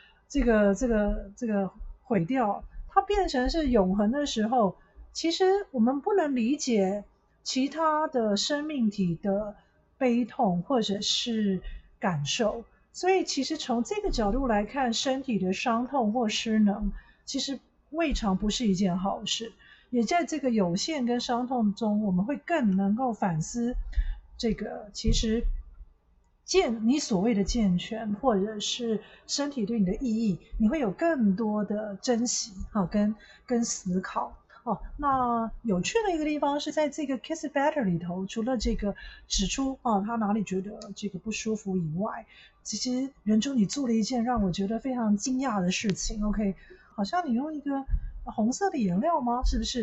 这个毁掉。它变成是永恒的时候，其实我们不能理解其他的生命体的悲痛或者是感受。所以其实从这个角度来看，身体的伤痛或失能，其实未尝不是一件好事。也在这个有限跟伤痛中，我们会更能够反思这个其实你所谓的健全，或者是身体对你的意义，你会有更多的珍惜跟思考。那有趣的一个地方是在这个 Kiss Better 里头，除了这个指出他哪里觉得这个不舒服以外，其实任中你做了一件让我觉得非常惊讶的事情。OK，好像你用一个红色的颜料吗？是不是？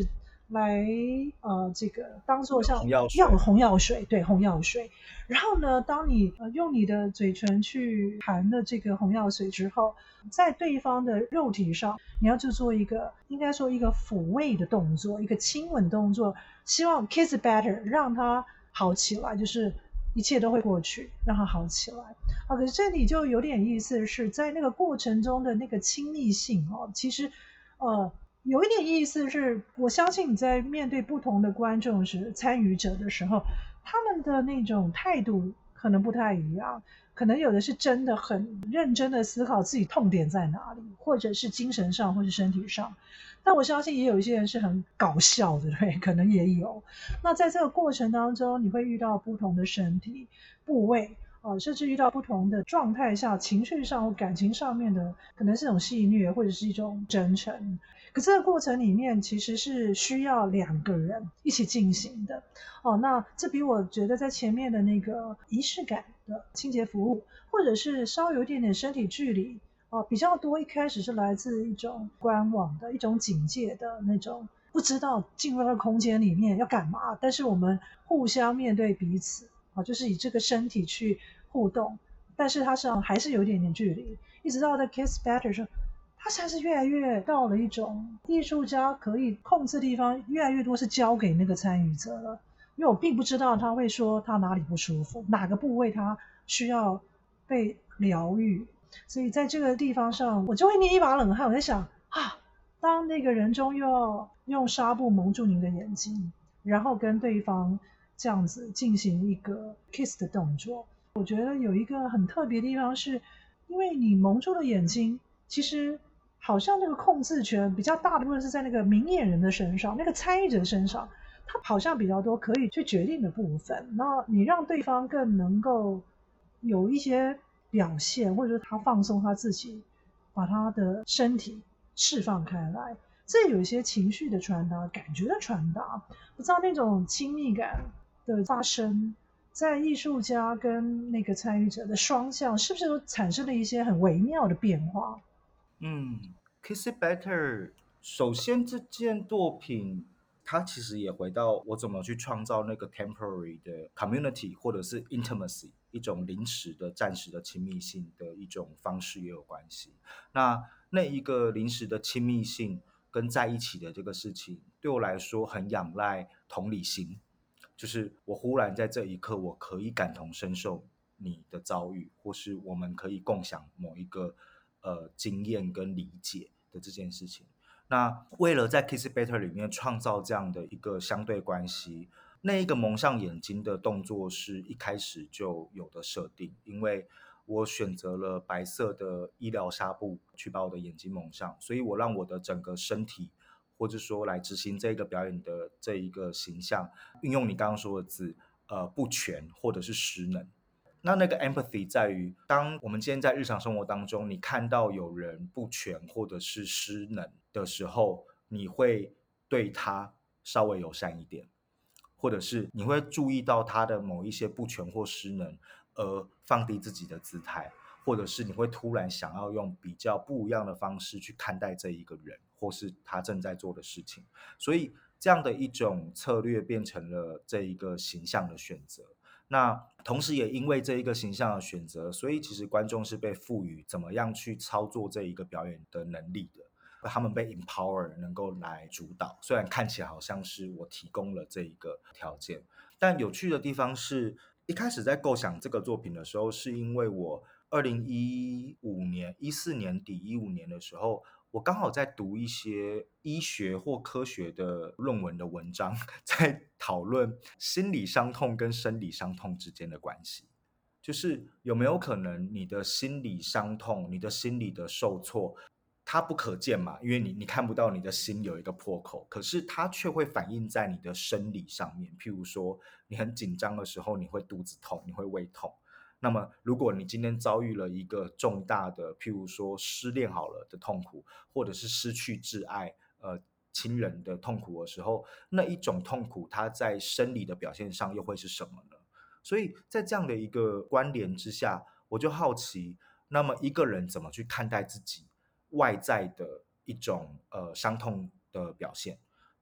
来这个当做像红药水。 红药水，对，红药水。然后呢，当你用你的嘴唇去含了这个红药水之后，在对方的肉体上，你要去做一个应该说一个抚慰的动作，一个亲吻动作，希望 kiss better 让它好起来，就是一切都会过去，让它好起来。可是这里就有点意思是在那个过程中的那个亲密性其实有一点意思是，我相信你在面对不同的观众参与者的时候，他们的那种态度可能不太一样，可能有的是真的很认真的思考自己痛点在哪里，或者是精神上，或是身体上。但我相信也有一些人是很搞笑的，对，可能也有。那在这个过程当中，你会遇到不同的身体部位。甚至遇到不同的状态下，情绪上或感情上面的，可能是一种戏谑或者是一种真诚。可这个过程里面其实是需要两个人一起进行的。那这比我觉得在前面的那个仪式感的清洁服务，或者是稍有一点点身体距离比较多，一开始是来自一种观望的一种警戒的那种，不知道进入到空间里面要干嘛，但是我们互相面对彼此就是以这个身体去互动，但是它实际上还是有一点点距离，一直到在 kiss better 时候，它才是越来越到了一种艺术家可以控制的地方，越来越多是交给那个参与者了。因为我并不知道他会说他哪里不舒服，哪个部位他需要被疗愈，所以在这个地方上，我就会捏一把冷汗。我在想当那个人中又要用纱布蒙住您的眼睛，然后跟对方这样子进行一个 kiss 的动作，我觉得有一个很特别的地方是，因为你蒙住了眼睛，其实好像那个控制权比较大的部分是在那个明眼人的身上，那个参与者身上，他好像比较多可以去决定的部分。那你让对方更能够有一些表现，或者是他放松他自己，把他的身体释放开来，这有一些情绪的传达，感觉的传达，不知道那种亲密感的发生，在艺术家跟那个参与者的双向，是不是都产生了一些很微妙的变化？ Kiss It Better，首先这件作品，它其实也回到我怎么去创造那个 temporary 的 community 或者是 intimacy， 一种临时的、暂时的亲密性的一种方式也有关系。那一个临时的亲密性跟在一起的这个事情，对我来说很仰赖同理心，就是我忽然在这一刻，我可以感同身受你的遭遇，或是我们可以共享某一个经验跟理解的这件事情。那为了在 Kiss It Better 里面创造这样的一个相对关系，那一个蒙上眼睛的动作是一开始就有的设定，因为我选择了白色的医疗纱布去把我的眼睛蒙上，所以我让我的整个身体或者说来执行这个表演的这一个形象，运用你刚刚说的字，不全或者是失能。那个 empathy 在于，当我们今天在日常生活当中，你看到有人不全或者是失能的时候，你会对他稍微友善一点，或者是你会注意到他的某一些不全或失能，而放低自己的姿态，或者是你会突然想要用比较不一样的方式去看待这一个人，或是他正在做的事情。所以这样的一种策略变成了这一个形象的选择。那同时也因为这一个形象的选择，所以其实观众是被赋予怎么样去操作这一个表演的能力的。他们被 empower 能够来主导，虽然看起来好像是我提供了这一个条件，但有趣的地方是一开始在构想这个作品的时候，是因为我2014年底15年的时候，我刚好在读一些医学或科学的论文的文章，在讨论心理伤痛跟生理伤痛之间的关系。就是有没有可能你的心理伤痛，你的心理的受挫，它不可见嘛，因为你看不到你的心有一个破口，可是它却会反映在你的生理上面。譬如说你很紧张的时候，你会肚子痛，你会胃痛。那么如果你今天遭遇了一个重大的，譬如说失恋好了的痛苦，或者是失去挚爱亲人的痛苦的时候，那一种痛苦它在生理的表现上又会是什么呢？所以在这样的一个关联之下，我就好奇，那么一个人怎么去看待自己外在的一种伤痛的表现？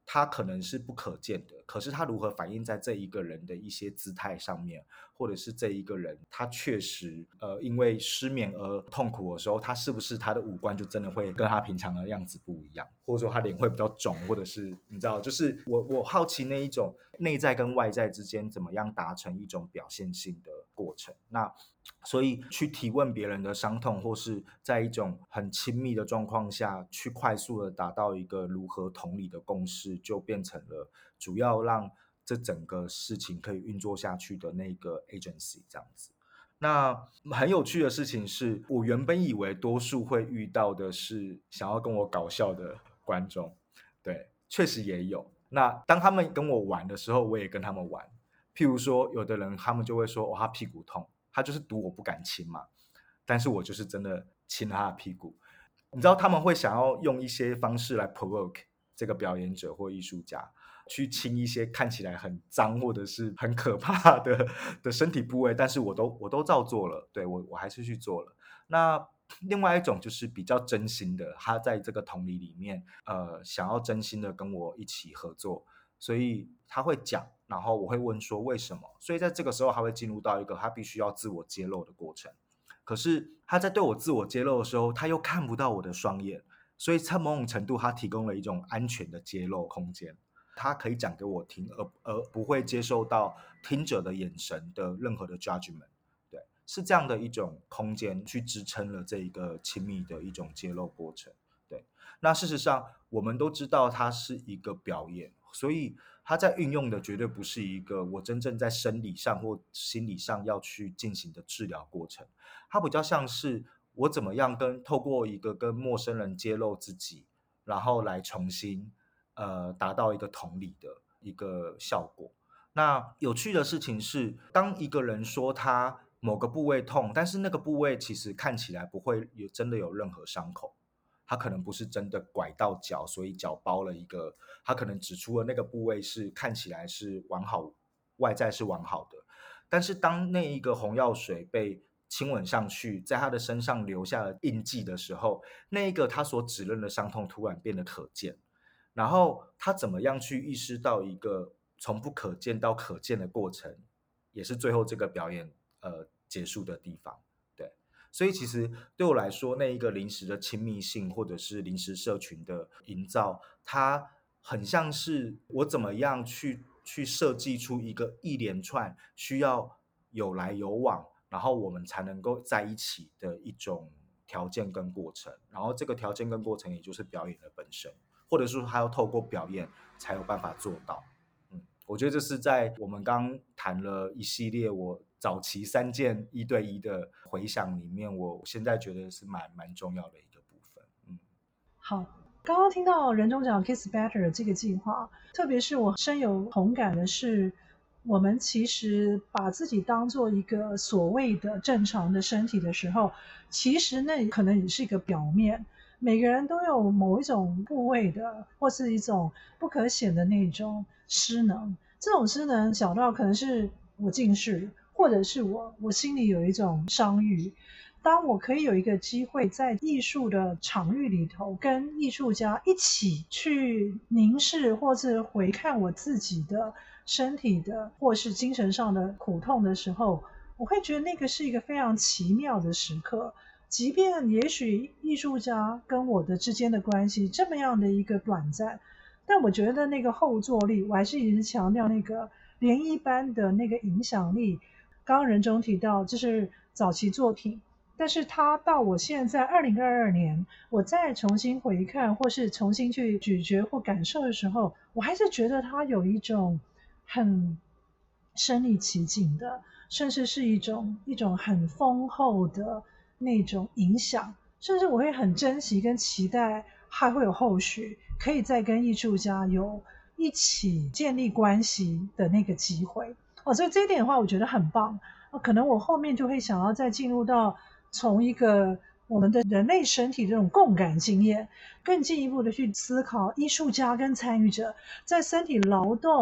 它可能是不可见的，可是它如何反映在这一个人的一些姿态上面，或者是这一个人他确实因为失眠而痛苦的时候，他是不是他的五官就真的会跟他平常的样子不一样，或者说他脸会比较肿，或者是你知道，就是我好奇那一种内在跟外在之间怎么样达成一种表现性的过程。那所以去提问别人的伤痛，或是在一种很亲密的状况下去快速的达到一个如何同理的共识，就变成了主要让这整个事情可以运作下去的那个 agency 这样子。那很有趣的事情是，我原本以为多数会遇到的是想要跟我搞笑的观众，对，确实也有。那当他们跟我玩的时候，我也跟他们玩。譬如说，有的人他们就会说，哦，他屁股痛，他就是赌我不敢亲嘛，但是我就是真的亲了他的屁股。你知道他们会想要用一些方式来 provoke 这个表演者或艺术家，去亲一些看起来很脏或者是很可怕的身体部位，但是我都照做了，对，我还是去做了。那另外一种就是比较真心的，他在这个同理里面，想要真心的跟我一起合作，所以他会讲，然后我会问说为什么，所以在这个时候他会进入到一个他必须要自我揭露的过程。可是他在对我自我揭露的时候，他又看不到我的双眼，所以在某种程度，他提供了一种安全的揭露空间。他可以讲给我听，而不会接受到听者的眼神的任何的 judgment。对，是这样的一种空间去支撑了这一个亲密的一种揭露过程。对，那事实上我们都知道它是一个表演，所以它在运用的绝对不是一个我真正在生理上或心理上要去进行的治疗过程。它比较像是我怎么样透过一个跟陌生人揭露自己，然后来重新达到一个同理的一个效果。那有趣的事情是，当一个人说他某个部位痛，但是那个部位其实看起来不会真的有任何伤口，他可能不是真的拐到脚，所以脚包了一个，他可能指出了那个部位是看起来是完好，外在是完好的，但是当那一个红药水被亲吻上去，在他的身上留下了印记的时候，那一个他所指认的伤痛突然变得可见。然后他怎么样去意识到一个从不可见到可见的过程，也是最后这个表演结束的地方。对，所以其实对我来说，那一个临时的亲密性或者是临时社群的营造，它很像是我怎么样去设计出一个一连串需要有来有往，然后我们才能够在一起的一种条件跟过程。然后这个条件跟过程，也就是表演的本身。或者说他要透过表演才有办法做到。我觉得这是在我们刚谈了一系列我早期3件1对1的回想里面，我现在觉得是蛮重要的一个部分。 好，刚刚听到任中讲 Kiss Better 这个计划，特别是我深有同感的是，我们其实把自己当做一个所谓的正常的身体的时候，其实那可能也是一个表面。每个人都有某一种部位的，或是一种不可显的那种失能。这种失能小到可能是我近视，或者是我心里有一种伤愈。当我可以有一个机会在艺术的场域里头，跟艺术家一起去凝视或是回看我自己的身体的或是精神上的苦痛的时候，我会觉得那个是一个非常奇妙的时刻。即便也许艺术家跟我的之间的关系这么样的一个短暂，但我觉得那个后坐力，我还是一直强调那个涟漪般的那个影响力。刚刚任中提到这是早期作品，但是他到我现在2022年，我再重新回看或是重新去咀嚼或感受的时候，我还是觉得他有一种很身临其境的，甚至是一种很丰厚的那种影响，甚至我会很珍惜跟期待还会有后续，可以再跟艺术家有一起建立关系的那个机会。所以这一点的话我觉得很棒。可能我后面就会想要再进入到从一个我们的人类身体这种共感经验，更进一步的去思考艺术家跟参与者在身体劳动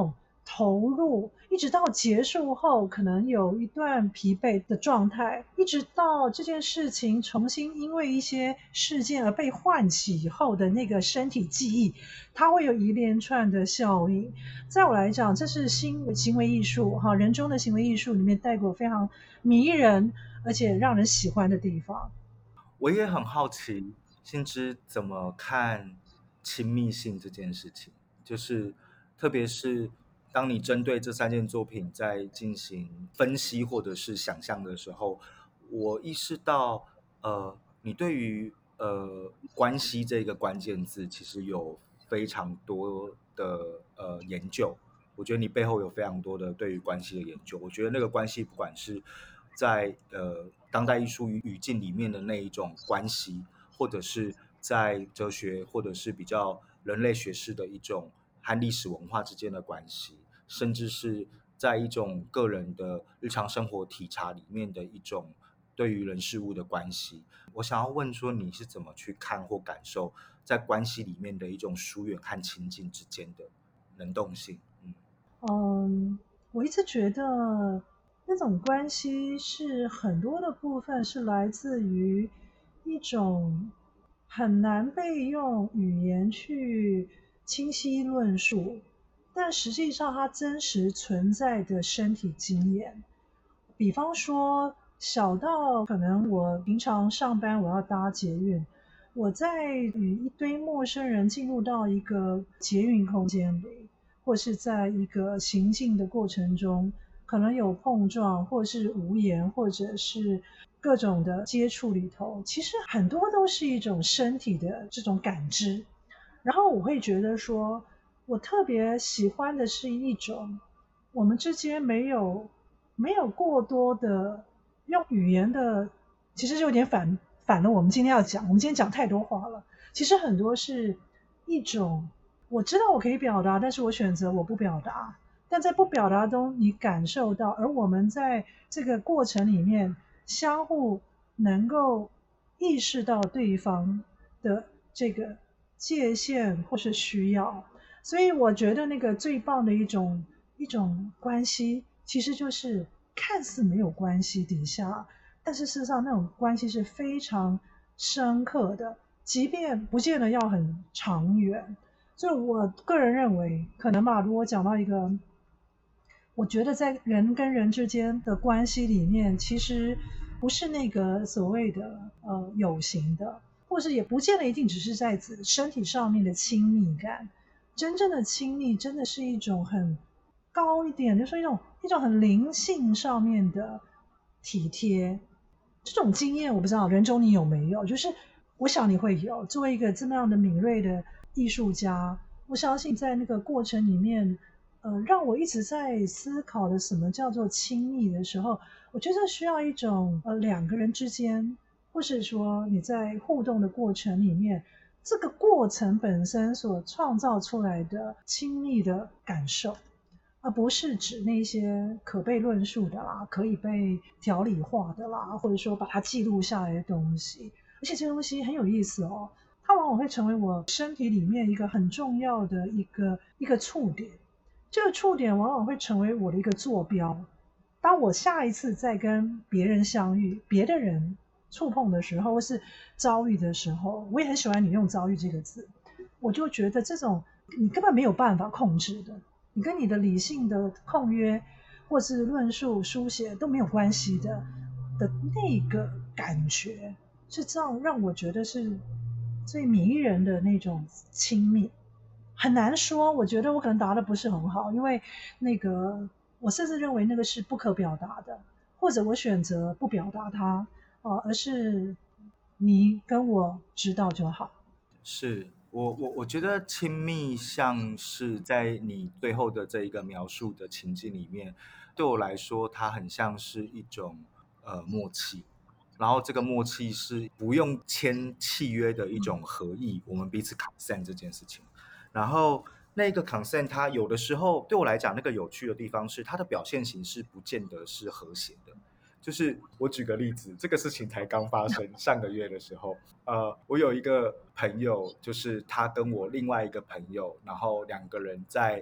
投入，一直到结束后可能有一段疲惫的状态，一直到这件事情重新因为一些事件而被唤起以后的那个身体记忆，它会有一连串的效应。在我来讲，这是行为艺术哈，人中的行为艺术里面带给我非常迷人而且让人喜欢的地方。 我也很好奇，新知怎么看亲密性这件事情？就是特别是当你针对这三件作品在进行分析或者是想象的时候，我意识到，你对于关系这个关键字其实有非常多的研究。我觉得你背后有非常多的对于关系的研究。我觉得那个关系，不管是在当代艺术语境里面的那一种关系，或者是在哲学或者是比较人类学式的一种和历史文化之间的关系，甚至是在一种个人的日常生活体察里面的一种对于人事物的关系。我想要问说，你是怎么去看或感受在关系里面的一种疏远和亲近之间的能动性？ 嗯，我一直觉得那种关系是很多的部分是来自于一种很难被用语言去清晰论述，但实际上它真实存在的身体经验。比方说，小到可能我平常上班我要搭捷运，我在与一堆陌生人进入到一个捷运空间里，或是在一个行进的过程中，可能有碰撞，或是无言，或者是各种的接触里头，其实很多都是一种身体的这种感知。然后我会觉得说，我特别喜欢的是一种我们之间没有过多的用语言的，其实就有点反了我们今天要讲，我们今天讲太多话了。其实很多是一种我知道我可以表达，但是我选择我不表达。但在不表达中，你感受到，而我们在这个过程里面相互能够意识到对方的这个界限或是需要，所以我觉得那个最棒的一种关系，其实就是看似没有关系底下，但是事实上那种关系是非常深刻的，即便不见得要很长远。所以我个人认为，可能吧，如果讲到一个我觉得在人跟人之间的关系里面，其实不是那个所谓的有形的，或是也不见得一定只是在指身体上面的亲密感。真正的亲密，真的是一种很高一点，就是一种很灵性上面的体贴。这种经验我不知道人中你有没有，就是我想你会有。作为一个这么样的敏锐的艺术家，我相信在那个过程里面，让我一直在思考的什么叫做亲密的时候，我觉得需要一种两个人之间，或是说你在互动的过程里面，这个过程本身所创造出来的亲密的感受。而不是指那些可被论述的啦，可以被条理化的啦，或者说把它记录下来的东西。而且这些东西很有意思哦，它往往会成为我身体里面一个很重要的一个触点。这个触点往往会成为我的一个坐标。当我下一次再跟别人相遇，别的人触碰的时候，或是遭遇的时候，我也很喜欢你用遭遇这个字，我就觉得这种你根本没有办法控制的。你跟你的理性的控约或是论述书写都没有关系的那个感觉，是这样让我觉得是最迷人的那种亲密。很难说，我觉得我可能答的不是很好，因为那个我甚至认为那个是不可表达的，或者我选择不表达它，而是你跟我知道就好。 是我觉得亲密像是在你最后的这一个描述的情境里面，对我来说，它很像是一种默契，然后这个默契是不用签契约的一种合意，我们彼此 consent 这件事情。然后那个 consent，它有的时候对我来讲，那个有趣的地方是它的表现形式不见得是和谐的。就是我举个例子，这个事情才刚发生，上个月的时候，我有一个朋友，就是他跟我另外一个朋友，然后两个人在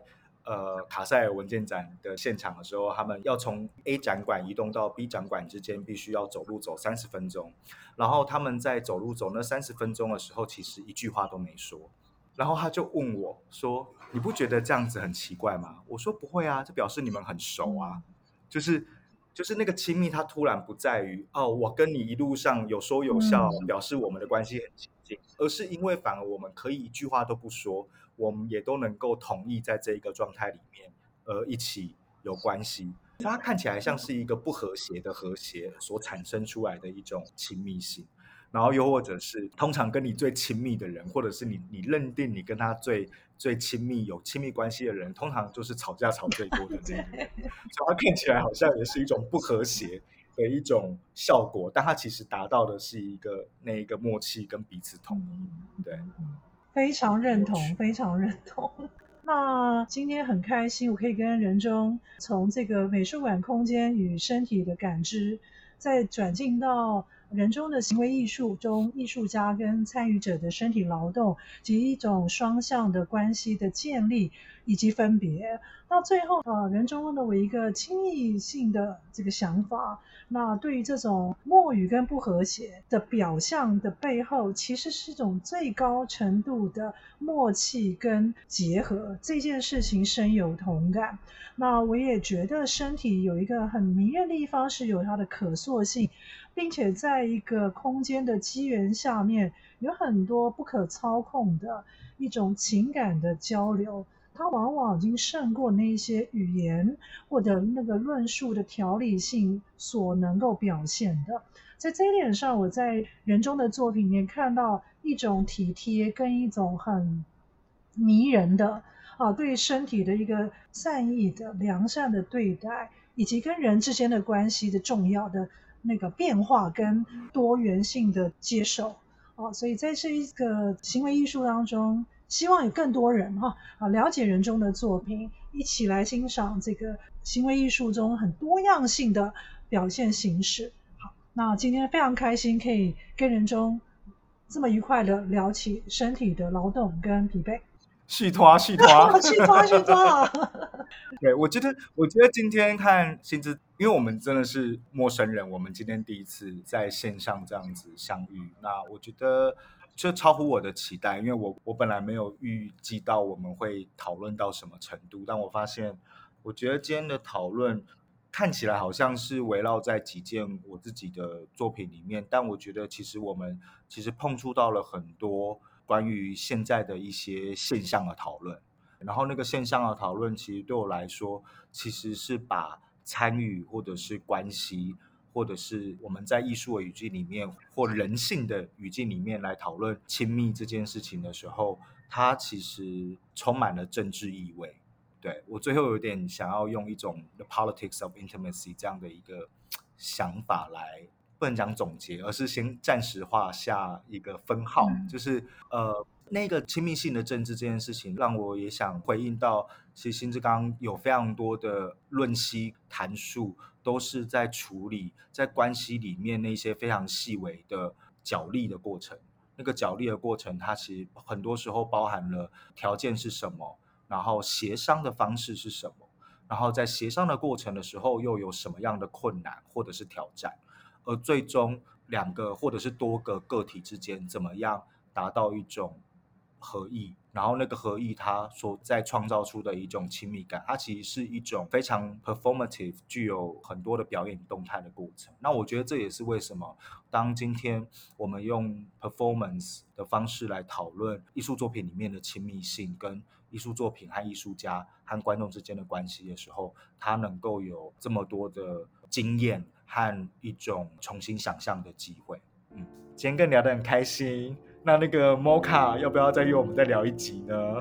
卡塞尔文件展的现场的时候，他们要从 A 展馆移动到 B 展馆之间必须要走路走30分钟，然后他们在走路走那30分钟的时候其实一句话都没说，然后他就问我说你不觉得这样子很奇怪吗？我说不会啊，这表示你们很熟啊，就是那个亲密它突然不在于我跟你一路上有说有笑表示我们的关系很亲近，而是因为反而我们可以一句话都不说，我们也都能够同意在这一个状态里面一起有关系，它看起来像是一个不和谐的和谐所产生出来的一种亲密性。然后又或者是通常跟你最亲密的人，或者是你认定你跟他最亲密有亲密关系的人，通常就是吵架吵最多的那个人，所以他看起来好像也是一种不和谐的一种效果，但他其实达到的是那一个默契跟彼此同意。对， 非常认同，非常认同。那今天很开心，我可以跟仁忠从这个美术馆空间与身体的感知，再转进到仁忠的行为艺术中，艺术家跟参与者的身体劳动及一种双向的关系的建立以及分别。到最后，仁忠问了我一个亲密性的这个想法。那对于这种默语跟不和谐的表象的背后，其实是一种最高程度的默契跟结合，这件事情深有同感。那我也觉得身体有一个很迷人的地方，是有它的可塑性，并且在一个空间的机缘下面，有很多不可操控的一种情感的交流，它往往已经胜过那些语言或者那个论述的条理性所能够表现的。在这一点上，我在仁忠的作品里面看到一种体贴跟一种很迷人的对身体的一个善意的良善的对待，以及跟人之间的关系的重要的那个变化跟多元性的接受。所以在这一个行为艺术当中，希望有更多人了解仁忠的作品，一起来欣赏这个行为艺术中很多样性的表现形式。好，那今天非常开心可以跟仁忠这么愉快的聊起身体的劳动跟疲惫。 续拖续拖续拖对，我觉得今天看新知，因为我们真的是陌生人，我们今天第一次在线上这样子相遇，那我觉得就超乎我的期待，因为我本来没有预计到我们会讨论到什么程度，但我发现我觉得今天的讨论看起来好像是围绕在几件我自己的作品里面，但我觉得其实我们碰触到了很多关于现在的一些现象的讨论，然后那个现象的讨论其实对我来说其实是把参与或者是关系或者是我们在艺术的语境里面或人性的语境里面来讨论亲密这件事情的时候，它其实充满了政治意味。对，我最后有点想要用一种 The Politics of Intimacy 这样的一个想法来，不能讲总结，而是先暂时画下一个分号，就是那个亲密性的政治这件事情，让我也想回应到，其实新志刚有非常多的论析谈述，都是在处理在关系里面那些非常细微的角力的过程。那个角力的过程，它其实很多时候包含了条件是什么，然后协商的方式是什么，然后在协商的过程的时候又有什么样的困难或者是挑战，而最终两个或者是多个个体之间怎么样达到一种合意，然后那个合意它所在创造出的一种亲密感，它其实是一种非常 performative 具有很多的表演动态的过程。那我觉得这也是为什么当今天我们用 performance 的方式来讨论艺术作品里面的亲密性跟艺术作品和艺术家和观众之间的关系的时候，它能够有这么多的经验和一种重新想象的机会。今天跟你聊得很开心，那个 Mocha 要不要再约我们再聊一集呢？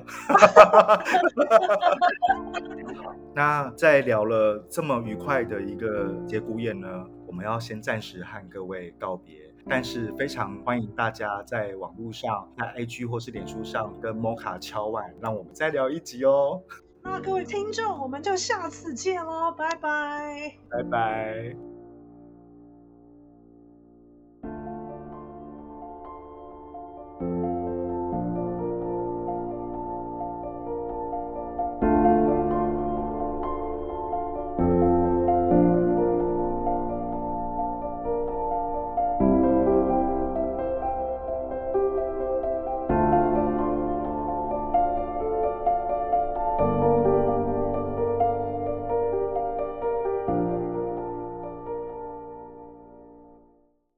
那在聊了这么愉快的一个节骨眼呢，我们要先暂时和各位告别，但是非常欢迎大家在网络上在 IG 或是脸书上跟 Mocha 敲碗，让我们再聊一集哦。 那各位听众，我们就下次见咯，拜拜。 拜拜。